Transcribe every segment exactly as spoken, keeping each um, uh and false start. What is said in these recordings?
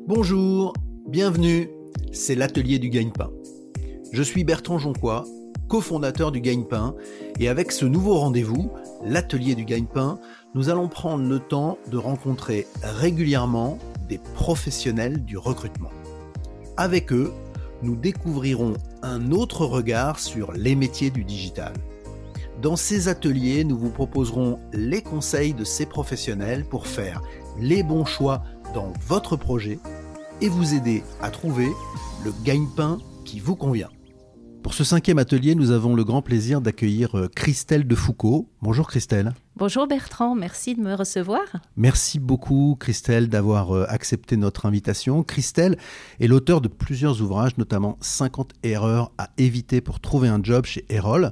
Bonjour, bienvenue, c'est l'Atelier du Gagne-Pain. Je suis Bertrand Jonquois, cofondateur du Gagne-Pain, et avec ce nouveau rendez-vous, l'Atelier du Gagne-Pain, nous allons prendre le temps de rencontrer régulièrement des professionnels du recrutement. Avec eux, nous découvrirons un autre regard sur les métiers du digital. Dans ces ateliers, nous vous proposerons les conseils de ces professionnels pour faire les bons choix dans votre projet et vous aider à trouver le gagne-pain qui vous convient. Pour ce cinquième atelier, nous avons le grand plaisir d'accueillir Christelle Defoucault. Bonjour Christelle. Bonjour Bertrand, merci de me recevoir. Merci beaucoup Christelle d'avoir accepté notre invitation. Christelle est l'auteur de plusieurs ouvrages, notamment cinquante erreurs à éviter pour trouver un job chez Erol.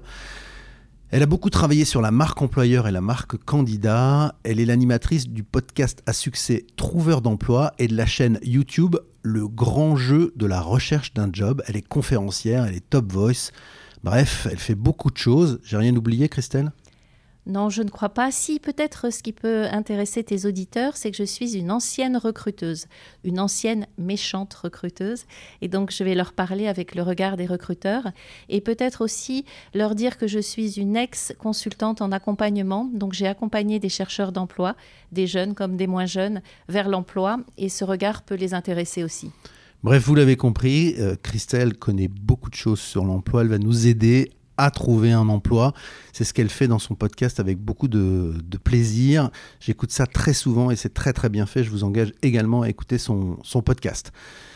Elle a beaucoup travaillé sur la marque employeur et la marque candidat. Elle est l'animatrice du podcast à succès Trouveur d'emploi et de la chaîne YouTube Le Grand Jeu de la recherche d'un job. Elle est conférencière, elle est top voice. Bref, elle fait beaucoup de choses. J'ai rien oublié, Christelle ? Non, je ne crois pas. Si, peut-être ce qui peut intéresser tes auditeurs, c'est que je suis une ancienne recruteuse, une ancienne méchante recruteuse. Et donc, je vais leur parler avec le regard des recruteurs et peut-être aussi leur dire que je suis une ex-consultante en accompagnement. Donc, j'ai accompagné des chercheurs d'emploi, des jeunes comme des moins jeunes, vers l'emploi et ce regard peut les intéresser aussi. Bref, vous l'avez compris, euh, Christelle connaît beaucoup de choses sur l'emploi. Elle va nous aider à trouver un emploi. C'est ce qu'elle fait dans son podcast avec beaucoup de, de plaisir. J'écoute ça très souvent et c'est très très bien fait. Je vous engage également à écouter son, son podcast.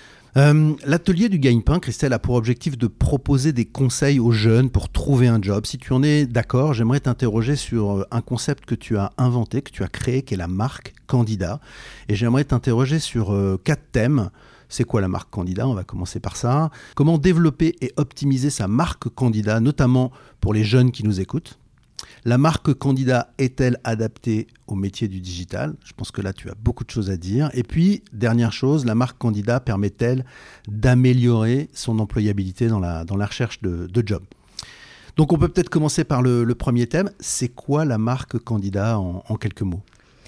Euh, l'atelier du Gagne-Pain, Christelle, a pour objectif de proposer des conseils aux jeunes pour trouver un job. Si tu en es d'accord, j'aimerais t'interroger sur un concept que tu as inventé, que tu as créé, qui est la marque candidat. Et j'aimerais t'interroger sur euh, quatre thèmes. C'est quoi la marque candidat ? On va commencer par ça. Comment développer et optimiser sa marque candidat, notamment pour les jeunes qui nous écoutent ? La marque candidat est-elle adaptée au métier du digital ? Je pense que là, tu as beaucoup de choses à dire. Et puis, dernière chose, la marque candidat permet-elle d'améliorer son employabilité dans la, dans la recherche de, de job ? Donc, on peut peut-être commencer par le, le premier thème. C'est quoi la marque candidat en, en quelques mots ?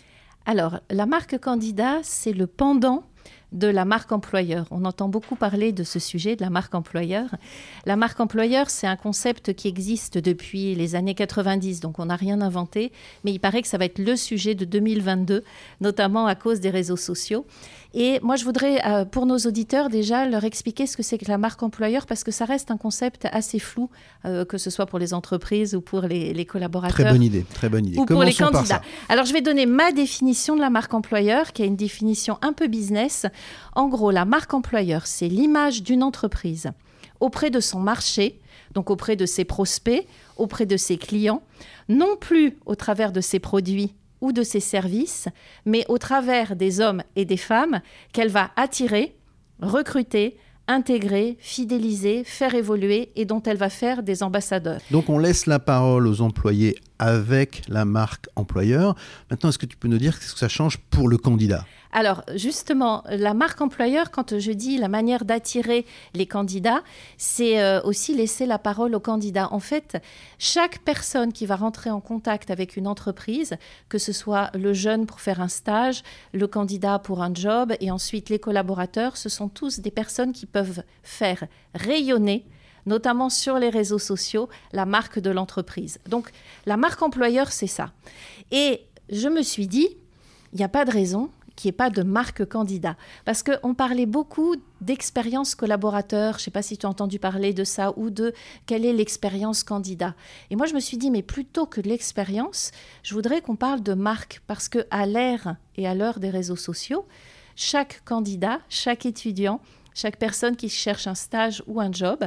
Alors, la marque candidat, c'est le pendant de la marque employeur. On entend beaucoup parler de ce sujet, de la marque employeur. La marque employeur, c'est un concept qui existe depuis les années quatre-vingt-dix, donc on n'a rien inventé, mais il paraît que ça va être le sujet de deux mille vingt-deux, notamment à cause des réseaux sociaux. Et moi, je voudrais, euh, pour nos auditeurs, déjà leur expliquer ce que c'est que la marque employeur, parce que ça reste un concept assez flou, euh, que ce soit pour les entreprises ou pour les, les collaborateurs. Très bonne idée, très bonne idée. Ou Commençons pour les candidats. Par ça. Alors, je vais donner ma définition de la marque employeur, qui est une définition un peu business. En gros, la marque employeur, c'est l'image d'une entreprise auprès de son marché, donc auprès de ses prospects, auprès de ses clients, non plus au travers de ses produits ou de ses services, mais au travers des hommes et des femmes qu'elle va attirer, recruter, intégrer, fidéliser, faire évoluer et dont elle va faire des ambassadeurs. Donc on laisse la parole aux employés avec la marque employeur. Maintenant, est-ce que tu peux nous dire ce que ça change pour le candidat ? Alors, justement, la marque employeur, quand je dis la manière d'attirer les candidats, c'est euh, aussi laisser la parole aux candidats. En fait, chaque personne qui va rentrer en contact avec une entreprise, que ce soit le jeune pour faire un stage, le candidat pour un job et ensuite les collaborateurs, ce sont tous des personnes qui peuvent faire rayonner, notamment sur les réseaux sociaux, la marque de l'entreprise. Donc, la marque employeur, c'est ça. Et je me suis dit, il n'y a pas de raison qu'il n'y ait pas de marque candidat. Parce qu'on parlait beaucoup d'expérience collaborateur, je ne sais pas si tu as entendu parler de ça, ou de quelle est l'expérience candidat. Et moi, je me suis dit, mais plutôt que de l'expérience, je voudrais qu'on parle de marque, parce qu'à l'ère et à l'heure des réseaux sociaux, chaque candidat, chaque étudiant, chaque personne qui cherche un stage ou un job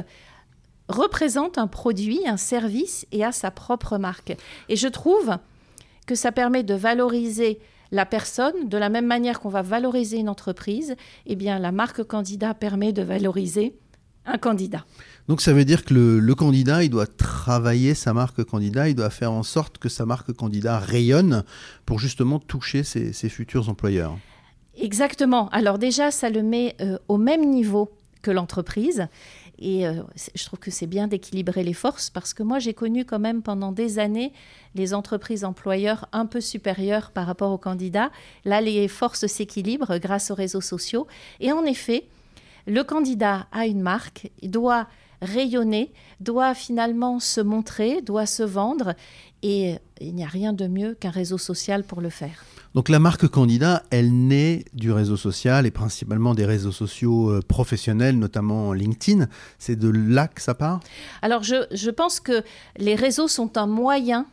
représente un produit, un service et a sa propre marque. Et je trouve que ça permet de valoriser la personne, de la même manière qu'on va valoriser une entreprise, eh bien, la marque candidat permet de valoriser un candidat. Donc ça veut dire que le, le candidat, il doit travailler sa marque candidat, il doit faire en sorte que sa marque candidat rayonne pour justement toucher ses, ses futurs employeurs. Exactement. Alors déjà, ça le met euh, au même niveau que l'entreprise. Et euh, je trouve que c'est bien d'équilibrer les forces parce que moi, j'ai connu quand même pendant des années les entreprises employeurs un peu supérieures par rapport aux candidats. Là, les forces s'équilibrent grâce aux réseaux sociaux. Et en effet, le candidat a une marque, il doit rayonner, doit finalement se montrer, doit se vendre. Et il n'y a rien de mieux qu'un réseau social pour le faire. Donc la marque candidat, elle naît du réseau social et principalement des réseaux sociaux professionnels, notamment LinkedIn. C'est de là que ça part ? Alors je, je pense que les réseaux sont un moyen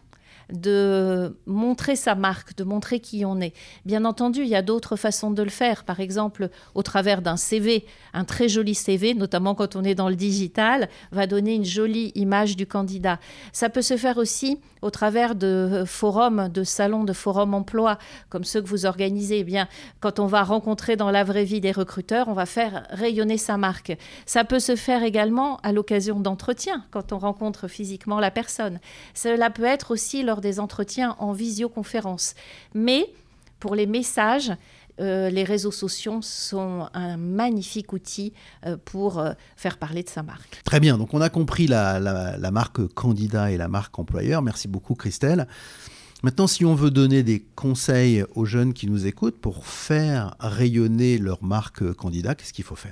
de montrer sa marque, de montrer qui on est. Bien entendu, il y a d'autres façons de le faire. Par exemple, au travers d'un C V, un très joli C V, notamment quand on est dans le digital, va donner une jolie image du candidat. Ça peut se faire aussi au travers de forums, de salons, de forums emploi, comme ceux que vous organisez. Eh bien, quand on va rencontrer dans la vraie vie des recruteurs, on va faire rayonner sa marque. Ça peut se faire également à l'occasion d'entretiens, quand on rencontre physiquement la personne. Cela peut être aussi lors des entretiens en visioconférence. Mais pour les messages, euh, les réseaux sociaux sont un magnifique outil euh, pour euh, faire parler de sa marque. Très bien, donc on a compris la, la, la marque candidat et la marque employeur. Merci beaucoup Christelle. Maintenant, si on veut donner des conseils aux jeunes qui nous écoutent pour faire rayonner leur marque candidat, qu'est-ce qu'il faut faire ?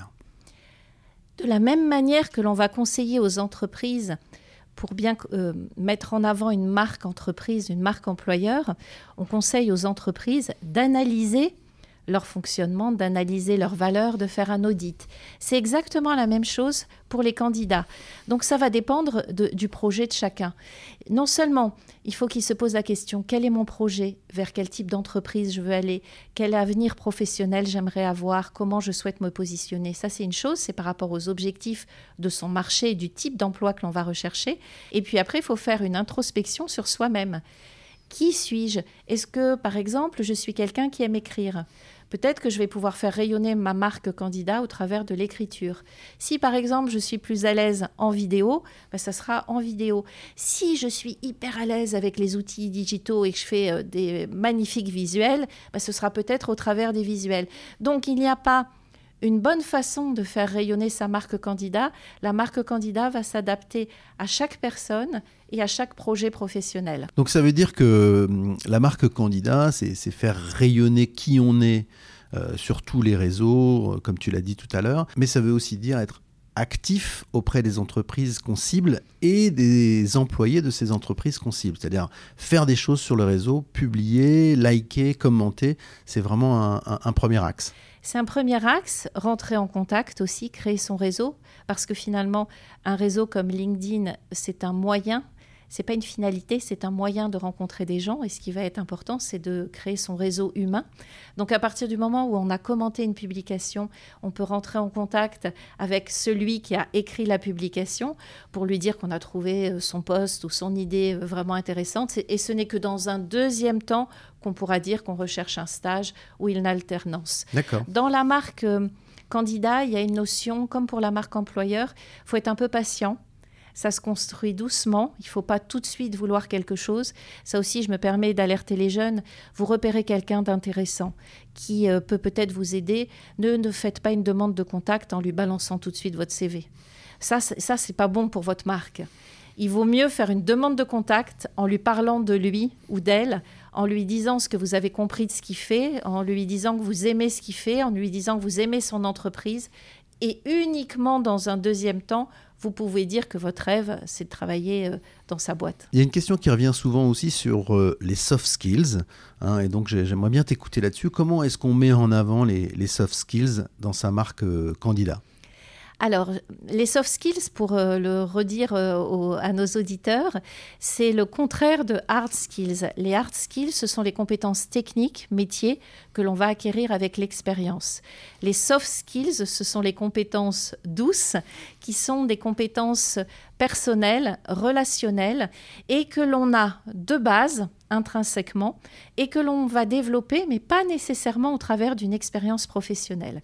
De la même manière que l'on va conseiller aux entreprises pour bien euh, mettre en avant une marque entreprise, une marque employeur, on conseille aux entreprises d'analyser leur fonctionnement, d'analyser leurs valeurs, de faire un audit. C'est exactement la même chose pour les candidats. Donc ça va dépendre de, du projet de chacun. Non seulement, il faut qu'il se pose la question, quel est mon projet ? Vers quel type d'entreprise je veux aller ? Quel avenir professionnel j'aimerais avoir ? Comment je souhaite me positionner ? Ça, c'est une chose, c'est par rapport aux objectifs de son marché et du type d'emploi que l'on va rechercher. Et puis après, il faut faire une introspection sur soi-même. Qui suis-je ? Est-ce que, par exemple, je suis quelqu'un qui aime écrire ? Peut-être que je vais pouvoir faire rayonner ma marque candidat au travers de l'écriture. Si, par exemple, je suis plus à l'aise en vidéo, ben, ça sera en vidéo. Si je suis hyper à l'aise avec les outils digitaux et que je fais euh, des magnifiques visuels, ben, ce sera peut-être au travers des visuels. Donc, il n'y a pas une bonne façon de faire rayonner sa marque candidat. La marque candidat va s'adapter à chaque personne et à chaque projet professionnel. Donc ça veut dire que la marque candidat, c'est, c'est faire rayonner qui on est euh, sur tous les réseaux, euh, comme tu l'as dit tout à l'heure, mais ça veut aussi dire être actif auprès des entreprises qu'on cible et des employés de ces entreprises qu'on cible. C'est-à-dire faire des choses sur le réseau, publier, liker, commenter, c'est vraiment un, un, un premier axe. C'est un premier axe, rentrer en contact aussi, créer son réseau, parce que finalement, un réseau comme LinkedIn, c'est un moyen, c'est pas une finalité, c'est un moyen de rencontrer des gens. Et ce qui va être important, c'est de créer son réseau humain. Donc, à partir du moment où on a commenté une publication, on peut rentrer en contact avec celui qui a écrit la publication pour lui dire qu'on a trouvé son post ou son idée vraiment intéressante. Et ce n'est que dans un deuxième temps qu'on pourra dire qu'on recherche un stage ou une alternance. D'accord. Dans la marque euh, candidat, il y a une notion, comme pour la marque employeur, il faut être un peu patient. Ça se construit doucement. Il ne faut pas tout de suite vouloir quelque chose. Ça aussi, je me permets d'alerter les jeunes. Vous repérez quelqu'un d'intéressant qui euh, peut peut-être vous aider. Ne, ne faites pas une demande de contact en lui balançant tout de suite votre C V. Ça, c'est, ça, c'est pas bon pour votre marque. Il vaut mieux faire une demande de contact en lui parlant de lui ou d'elle, en lui disant ce que vous avez compris de ce qu'il fait, en lui disant que vous aimez ce qu'il fait, en lui disant que vous aimez son entreprise. Et uniquement dans un deuxième temps, vous pouvez dire que votre rêve, c'est de travailler dans sa boîte. Il y a une question qui revient souvent aussi sur euh, les soft skills. Hein, et donc, j'aimerais bien t'écouter là-dessus. Comment est-ce qu'on met en avant les, les soft skills dans sa marque euh, candidat ? Alors, les soft skills, pour euh, le redire euh, au, à nos auditeurs, c'est le contraire de hard skills. Les hard skills, ce sont les compétences techniques, métiers, que l'on va acquérir avec l'expérience. Les soft skills, ce sont les compétences douces, qui sont des compétences personnelles, relationnelles, et que l'on a de base, intrinsèquement, et que l'on va développer, mais pas nécessairement au travers d'une expérience professionnelle.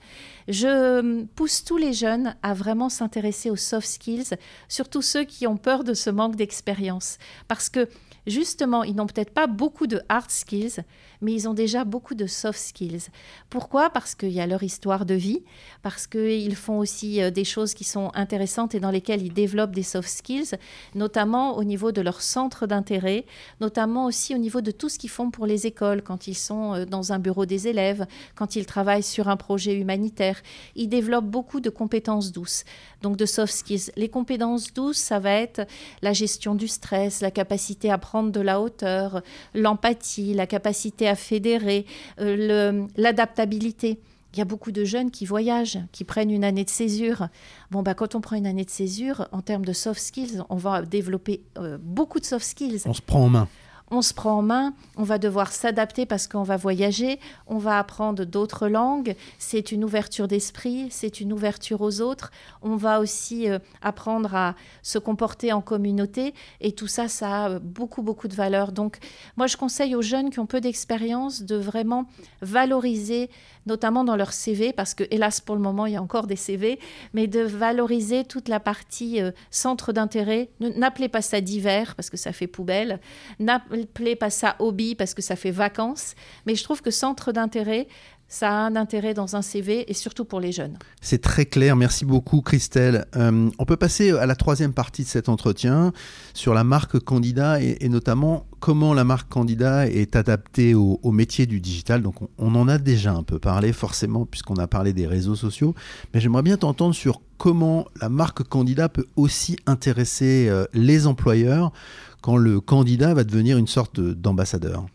Je pousse tous les jeunes à vraiment s'intéresser aux soft skills, surtout ceux qui ont peur de ce manque d'expérience. Parce que justement, ils n'ont peut-être pas beaucoup de hard skills, mais ils ont déjà beaucoup de soft skills. Pourquoi ? Parce qu'il y a leur histoire de vie, parce qu'ils font aussi euh, des choses qui sont intéressantes et dans lesquelles ils développent des soft skills, notamment au niveau de leur centre d'intérêt, notamment aussi au niveau de tout ce qu'ils font pour les écoles, quand ils sont euh, dans un bureau des élèves, quand ils travaillent sur un projet humanitaire. Ils développent beaucoup de compétences douces, donc de soft skills. Les compétences douces, ça va être la gestion du stress, la capacité à prendre de la hauteur, l'empathie, la capacité à fédérer, euh, le, l'adaptabilité. Il y a beaucoup de jeunes qui voyagent, qui prennent une année de césure. Bon, bah, quand on prend une année de césure, en termes de soft skills, on va développer euh, beaucoup de soft skills. On se prend en main. On se prend en main, on va devoir s'adapter parce qu'on va voyager, on va apprendre d'autres langues, c'est une ouverture d'esprit, c'est une ouverture aux autres, on va aussi euh, apprendre à se comporter en communauté et tout ça, ça a beaucoup, beaucoup de valeur. Donc, moi, je conseille aux jeunes qui ont peu d'expérience de vraiment valoriser, notamment dans leur C V, parce que, hélas, pour le moment, il y a encore des C V, mais de valoriser toute la partie euh, centre d'intérêt. N'appelez pas ça divers, parce que ça fait poubelle. N'appelez pas ça hobby, parce que ça fait vacances. Mais je trouve que centre d'intérêt, ça a un intérêt dans un C V, et surtout pour les jeunes. C'est très clair. Merci beaucoup, Christelle. Euh, on peut passer à la troisième partie de cet entretien sur la marque candidat et, et notamment comment la marque candidat est adaptée au, au métier du digital. Donc, on, on en a déjà un peu parlé, forcément, puisqu'on a parlé des réseaux sociaux. Mais j'aimerais bien t'entendre sur comment la marque candidat peut aussi intéresser euh, les employeurs quand le candidat va devenir une sorte d'ambassadeur.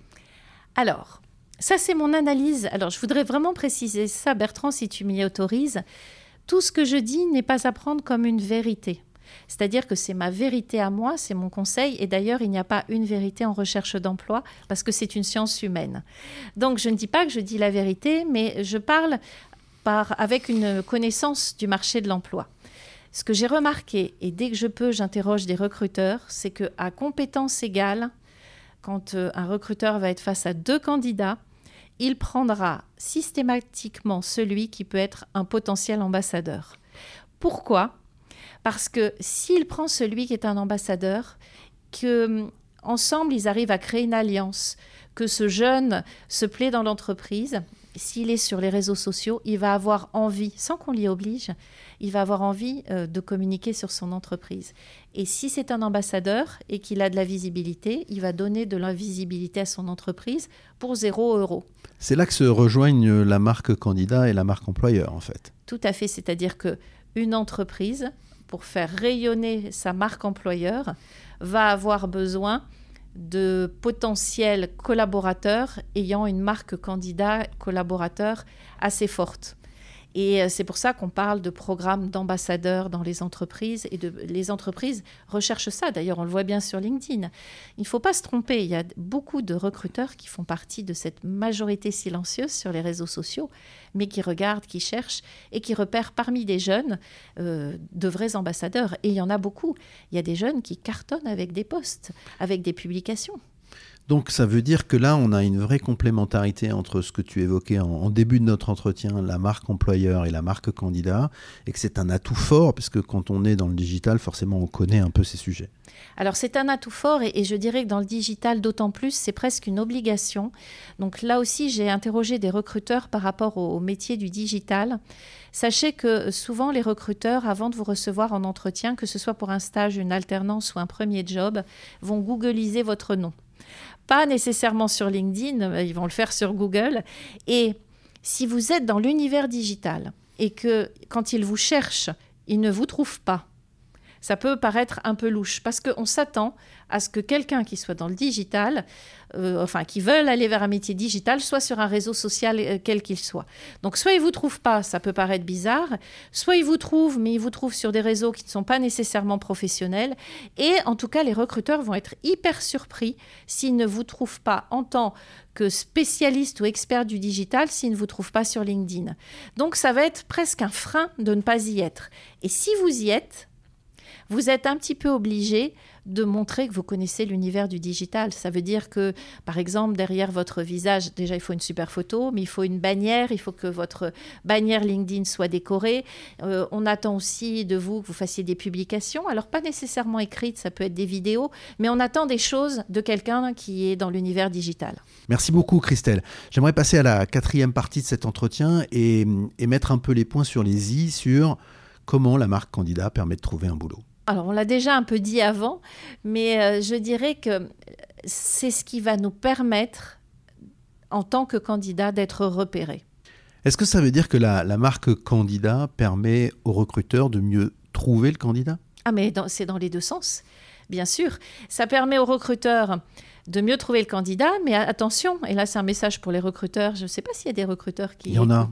Alors, ça, c'est mon analyse. Alors, je voudrais vraiment préciser ça, Bertrand, si tu m'y autorises. Tout ce que je dis n'est pas à prendre comme une vérité. C'est-à-dire que c'est ma vérité à moi, c'est mon conseil. Et d'ailleurs, il n'y a pas une vérité en recherche d'emploi parce que c'est une science humaine. Donc, je ne dis pas que je dis la vérité, mais je parle par, avec une connaissance du marché de l'emploi. Ce que j'ai remarqué, et dès que je peux, j'interroge des recruteurs, c'est qu'à compétences égales, quand un recruteur va être face à deux candidats, il prendra systématiquement celui qui peut être un potentiel ambassadeur. Pourquoi ? Parce que s'il prend celui qui est un ambassadeur, qu'ensemble ils arrivent à créer une alliance, que ce jeune se plaît dans l'entreprise, s'il est sur les réseaux sociaux, il va avoir envie, sans qu'on l'y oblige, il va avoir envie euh, de communiquer sur son entreprise. Et si c'est un ambassadeur et qu'il a de la visibilité, il va donner de la visibilité à son entreprise pour zéro euro. C'est là que se rejoignent la marque candidat et la marque employeur, en fait. Tout à fait, c'est-à-dire qu'une entreprise, pour faire rayonner sa marque employeur, va avoir besoin de potentiels collaborateurs ayant une marque candidat collaborateur assez forte. Et c'est pour ça qu'on parle de programmes d'ambassadeurs dans les entreprises. Et de, les entreprises recherchent ça. D'ailleurs, on le voit bien sur LinkedIn. Il ne faut pas se tromper. Il y a beaucoup de recruteurs qui font partie de cette majorité silencieuse sur les réseaux sociaux, mais qui regardent, qui cherchent et qui repèrent parmi des jeunes euh, de vrais ambassadeurs. Et il y en a beaucoup. Il y a des jeunes qui cartonnent avec des posts, avec des publications. Donc ça veut dire que là, on a une vraie complémentarité entre ce que tu évoquais en, en début de notre entretien, la marque employeur et la marque candidat, et que c'est un atout fort, parce que quand on est dans le digital, forcément, on connaît un peu ces sujets. Alors c'est un atout fort, et, et je dirais que dans le digital, d'autant plus, c'est presque une obligation. Donc là aussi, j'ai interrogé des recruteurs par rapport au, au métier du digital. Sachez que souvent, les recruteurs, avant de vous recevoir en entretien, que ce soit pour un stage, une alternance ou un premier job, vont googliser votre nom. Pas nécessairement sur LinkedIn, ils vont le faire sur Google. Et si vous êtes dans l'univers digital et que quand ils vous cherchent, ils ne vous trouvent pas, ça peut paraître un peu louche parce qu'on s'attend à ce que quelqu'un qui soit dans le digital, euh, enfin qui veut aller vers un métier digital, soit sur un réseau social euh, quel qu'il soit. Donc soit ils ne vous trouvent pas, ça peut paraître bizarre, soit ils vous trouvent, mais ils vous trouvent sur des réseaux qui ne sont pas nécessairement professionnels. Et en tout cas, les recruteurs vont être hyper surpris s'ils ne vous trouvent pas en tant que spécialiste ou expert du digital, s'ils ne vous trouvent pas sur LinkedIn. Donc ça va être presque un frein de ne pas y être. Et si vous y êtes, Vous êtes un petit peu obligé de montrer que vous connaissez l'univers du digital. Ça veut dire que, par exemple, derrière votre visage, déjà, il faut une super photo, mais il faut une bannière, il faut que votre bannière LinkedIn soit décorée. Euh, on attend aussi de vous que vous fassiez des publications. Alors, pas nécessairement écrites, ça peut être des vidéos, mais on attend des choses de quelqu'un qui est dans l'univers digital. Merci beaucoup, Christelle. J'aimerais passer à la quatrième partie de cet entretien et, et mettre un peu les points sur les i sur comment la marque candidat permet de trouver un boulot. Alors, on l'a déjà un peu dit avant, mais euh, je dirais que c'est ce qui va nous permettre, en tant que candidat, d'être repéré. Est-ce que ça veut dire que la, la marque candidat permet aux recruteurs de mieux trouver le candidat ? Ah, mais dans, c'est dans les deux sens, bien sûr. Ça permet aux recruteurs de mieux trouver le candidat, mais attention, et là c'est un message pour les recruteurs, je ne sais pas s'il y a des recruteurs qui Il y en a.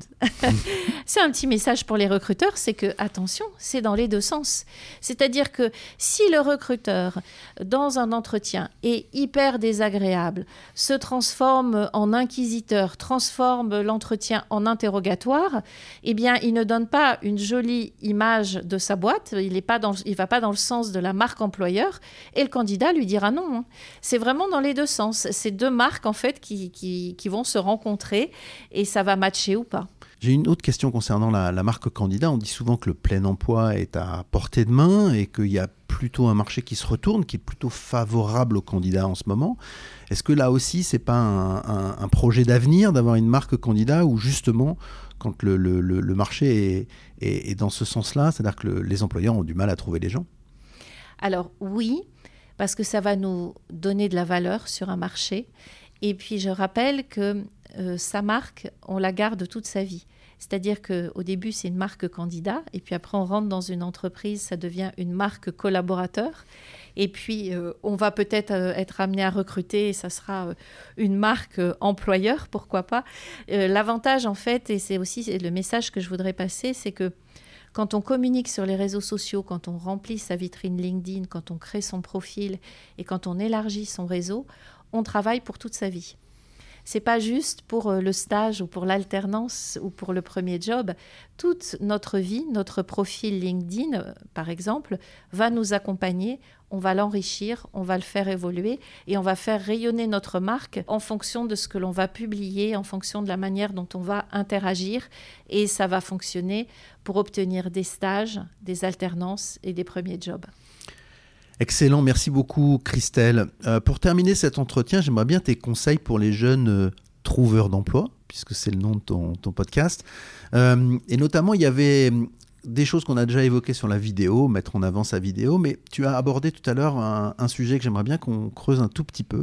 C'est un petit message pour les recruteurs, c'est que, attention, c'est dans les deux sens. C'est-à-dire que si le recruteur, dans un entretien, est hyper désagréable, se transforme en inquisiteur, transforme l'entretien en interrogatoire, eh bien, il ne donne pas une jolie image de sa boîte, il ne va pas dans le sens de la marque employeur, et le candidat lui dira non. C'est vraiment dans les deux sens. C'est deux marques, en fait, qui, qui, qui vont se rencontrer, et ça va matcher ou pas. J'ai une autre question concernant la, la marque candidat. On dit souvent que le plein emploi est à portée de main et qu'il y a plutôt un marché qui se retourne, qui est plutôt favorable aux candidats en ce moment. Est-ce que là aussi, ce n'est pas un, un, un projet d'avenir d'avoir une marque candidat où justement, quand le, le, le, le marché est, est, est dans ce sens-là, c'est-à-dire que le, les employeurs ont du mal à trouver les gens ? Alors oui, parce que ça va nous donner de la valeur sur un marché. Et puis je rappelle que euh, sa marque, on la garde toute sa vie. C'est-à-dire qu'au début, c'est une marque candidat, et puis après, on rentre dans une entreprise, ça devient une marque collaborateur. Et puis, euh, on va peut-être euh, être amené à recruter, et ça sera euh, une marque euh, employeur, pourquoi pas. Euh, l'avantage, en fait, et c'est aussi le message que je voudrais passer, c'est que quand on communique sur les réseaux sociaux, quand on remplit sa vitrine LinkedIn, quand on crée son profil et quand on élargit son réseau, on travaille pour toute sa vie. C'est pas juste pour le stage ou pour l'alternance ou pour le premier job. Toute notre vie, notre profil LinkedIn, par exemple, va nous accompagner, on va l'enrichir, on va le faire évoluer et on va faire rayonner notre marque en fonction de ce que l'on va publier, en fonction de la manière dont on va interagir, et ça va fonctionner pour obtenir des stages, des alternances et des premiers jobs. Excellent, merci beaucoup Christelle. Euh, pour terminer cet entretien, j'aimerais bien tes conseils pour les jeunes euh, trouveurs d'emploi, puisque c'est le nom de ton, ton podcast. Euh, et notamment, il y avait des choses qu'on a déjà évoquées sur la vidéo, mettre en avant sa vidéo, mais tu as abordé tout à l'heure un, un sujet que j'aimerais bien qu'on creuse un tout petit peu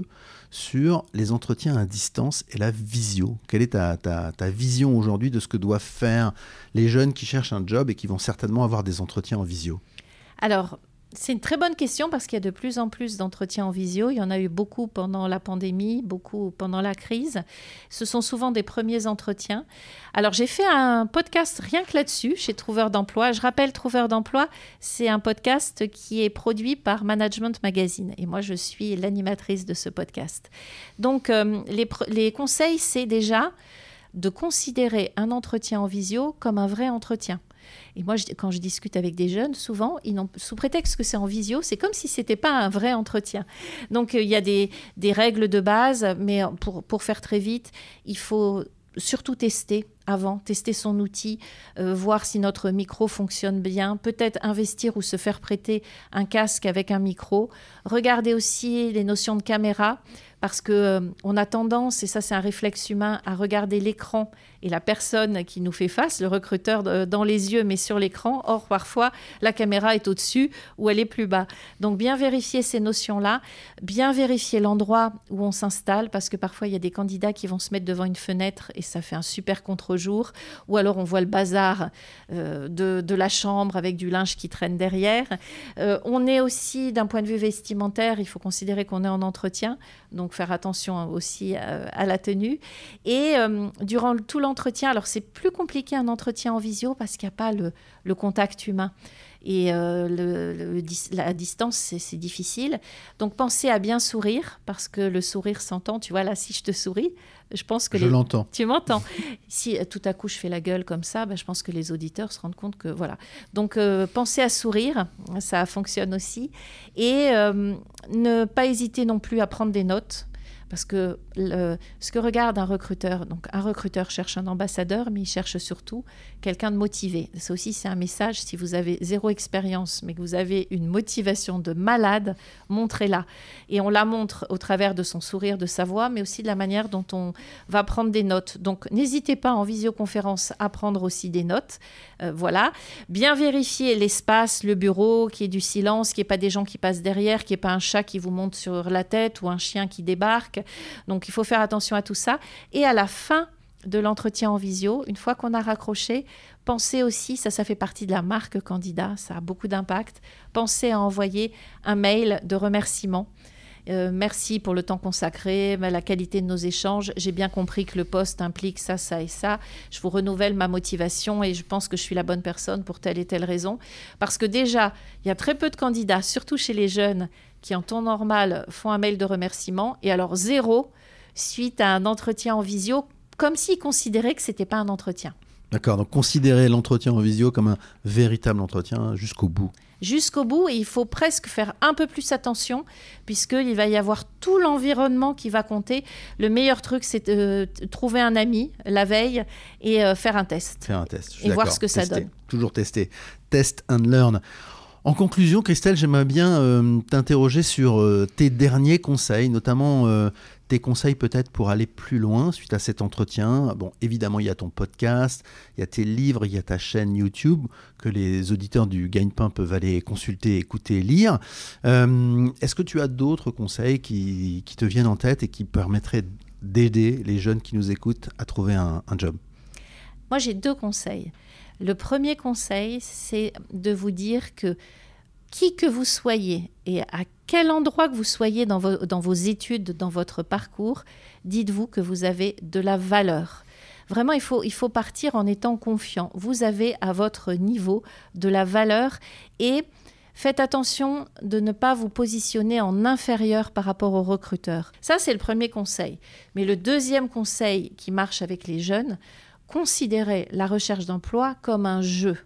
sur les entretiens à distance et la visio. Quelle est ta, ta, ta vision aujourd'hui de ce que doivent faire les jeunes qui cherchent un job et qui vont certainement avoir des entretiens en visio ? Alors, c'est une très bonne question parce qu'il y a de plus en plus d'entretiens en visio. Il y en a eu beaucoup pendant la pandémie, beaucoup pendant la crise. Ce sont souvent des premiers entretiens. Alors, j'ai fait un podcast rien que là-dessus, chez Trouveur d'emploi. Je rappelle, Trouveur d'emploi, c'est un podcast qui est produit par Management Magazine. Et moi, je suis l'animatrice de ce podcast. Donc, euh, les, les conseils, c'est déjà de considérer un entretien en visio comme un vrai entretien. Et moi, je, quand je discute avec des jeunes, souvent, ils n'ont, sous prétexte que c'est en visio, c'est comme si ce n'était pas un vrai entretien. Donc, euh, il y a des, des règles de base, mais pour, pour faire très vite, il faut surtout tester avant, tester son outil, euh, voir si notre micro fonctionne bien, peut-être investir ou se faire prêter un casque avec un micro. Regarder aussi les notions de caméra, parce qu'on euh, a tendance, et ça c'est un réflexe humain, à regarder l'écran et la personne qui nous fait face, le recruteur euh, dans les yeux mais sur l'écran. Or, parfois, la caméra est au-dessus ou elle est plus bas. Donc, bien vérifier ces notions-là, bien vérifier l'endroit où on s'installe, parce que parfois, il y a des candidats qui vont se mettre devant une fenêtre et ça fait un super contre-jour. Ou alors, on voit le bazar euh, de, de la chambre avec du linge qui traîne derrière. Euh, on est aussi, d'un point de vue vestimentaire, il faut considérer qu'on est en entretien. Donc, faire attention aussi à, à la tenue. Et euh, durant tout l'entretien, l'entretien, alors c'est plus compliqué un entretien en visio parce qu'il n'y a pas le, le contact humain. Et euh, le, le, la distance, c'est, c'est difficile. Donc, pensez à bien sourire, parce que le sourire s'entend. Tu vois, là, si je te souris, je pense que... Je les... l'entends. Tu m'entends. Si tout à coup, je fais la gueule comme ça, ben, je pense que les auditeurs se rendent compte que... Voilà. Donc, euh, pensez à sourire. Ça fonctionne aussi. Et euh, ne pas hésiter non plus à prendre des notes. Parce que le, ce que regarde un recruteur, donc un recruteur cherche un ambassadeur, mais il cherche surtout quelqu'un de motivé. Ça aussi, c'est un message. Si vous avez zéro expérience, mais que vous avez une motivation de malade, montrez-la. Et on la montre au travers de son sourire, de sa voix, mais aussi de la manière dont on va prendre des notes. Donc, n'hésitez pas en visioconférence à prendre aussi des notes. Euh, voilà. Bien vérifier l'espace, le bureau, qu'il y ait du silence, qu'il n'y ait pas des gens qui passent derrière, qu'il n'y ait pas un chat qui vous monte sur la tête ou un chien qui débarque. Donc, il faut faire attention à tout ça. Et à la fin de l'entretien en visio, une fois qu'on a raccroché, pensez aussi, ça, ça fait partie de la marque candidat, ça a beaucoup d'impact, pensez à envoyer un mail de remerciement. Euh, merci pour le temps consacré, la qualité de nos échanges. J'ai bien compris que le poste implique ça, ça et ça. Je vous renouvelle ma motivation et je pense que je suis la bonne personne pour telle et telle raison. Parce que déjà, il y a très peu de candidats, surtout chez les jeunes, qui en temps normal font un mail de remerciement et alors zéro suite à un entretien en visio, comme s'ils considéraient que ce n'était pas un entretien. D'accord, donc considérez l'entretien en visio comme un véritable entretien jusqu'au bout. Jusqu'au bout, et il faut presque faire un peu plus attention, puisqu'il va y avoir tout l'environnement qui va compter. Le meilleur truc, c'est de euh, trouver un ami la veille et euh, faire un test. Faire un test, je suis et d'accord. voir ce que ça Tester. donne. Toujours tester. Test and learn. En conclusion, Christelle, j'aimerais bien euh, t'interroger sur euh, tes derniers conseils, notamment euh, tes conseils peut-être pour aller plus loin suite à cet entretien. Bon, évidemment, il y a ton podcast, il y a tes livres, il y a ta chaîne YouTube que les auditeurs du Gagne-Pain peuvent aller consulter, écouter, lire. Euh, est-ce que tu as d'autres conseils qui, qui te viennent en tête et qui permettraient d'aider les jeunes qui nous écoutent à trouver un, un job ? Moi, j'ai deux conseils. Le premier conseil, c'est de vous dire que qui que vous soyez et à quel endroit que vous soyez dans vos, dans vos études, dans votre parcours, dites-vous que vous avez de la valeur. Vraiment, il faut, il faut partir en étant confiant. Vous avez à votre niveau de la valeur et faites attention de ne pas vous positionner en inférieur par rapport aux recruteurs. Ça, c'est le premier conseil. Mais le deuxième conseil qui marche avec les jeunes, considérez la recherche d'emploi comme un jeu.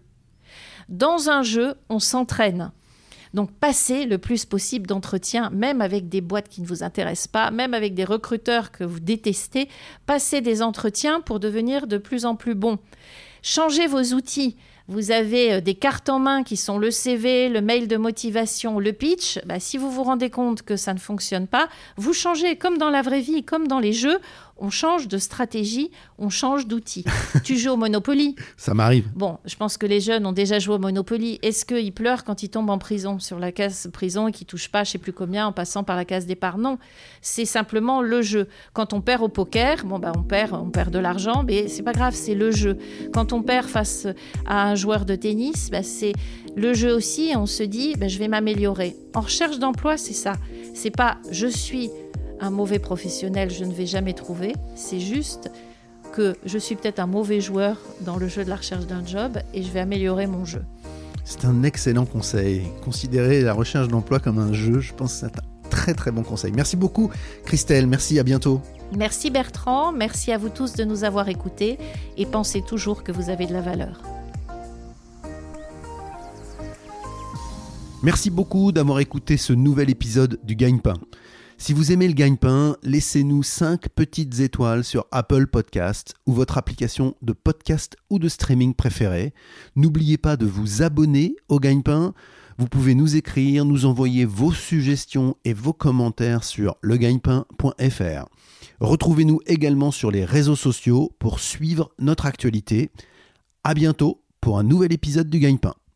Dans un jeu, on s'entraîne. Donc, passez le plus possible d'entretiens, même avec des boîtes qui ne vous intéressent pas, même avec des recruteurs que vous détestez. Passez des entretiens pour devenir de plus en plus bon. Changez vos outils. Vous avez des cartes en main qui sont le C V, le mail de motivation, le pitch. Bah, si vous vous rendez compte que ça ne fonctionne pas, vous changez comme dans la vraie vie, comme dans les jeux. On change de stratégie, on change d'outils. Tu joues au Monopoly ? Ça m'arrive. Bon, je pense que les jeunes ont déjà joué au Monopoly. Est-ce qu'ils pleurent quand ils tombent en prison, sur la case prison et qu'ils ne touchent pas je ne sais plus combien en passant par la case départ ? Non, c'est simplement le jeu. Quand on perd au poker, bon, bah, on perd, on perd de l'argent, mais ce n'est pas grave, c'est le jeu. Quand on perd face à un joueur de tennis, bah, c'est le jeu aussi et on se dit bah, je vais m'améliorer. En recherche d'emploi, c'est ça. C'est pas je suis un mauvais professionnel, je ne vais jamais trouver. C'est juste que je suis peut-être un mauvais joueur dans le jeu de la recherche d'un job et je vais améliorer mon jeu. C'est un excellent conseil. Considérer la recherche d'emploi comme un jeu, je pense que c'est un très très bon conseil. Merci beaucoup Christelle, merci, à bientôt. Merci Bertrand, merci à vous tous de nous avoir écoutés et pensez toujours que vous avez de la valeur. Merci beaucoup d'avoir écouté ce nouvel épisode du Gagne-Pain. Si vous aimez le Gagne-Pain, laissez-nous cinq petites étoiles sur Apple Podcasts ou votre application de podcast ou de streaming préférée. N'oubliez pas de vous abonner au Gagne-Pain. Vous pouvez nous écrire, nous envoyer vos suggestions et vos commentaires sur le gagne pain point f r. Retrouvez-nous également sur les réseaux sociaux pour suivre notre actualité. À bientôt pour un nouvel épisode du Gagne-Pain.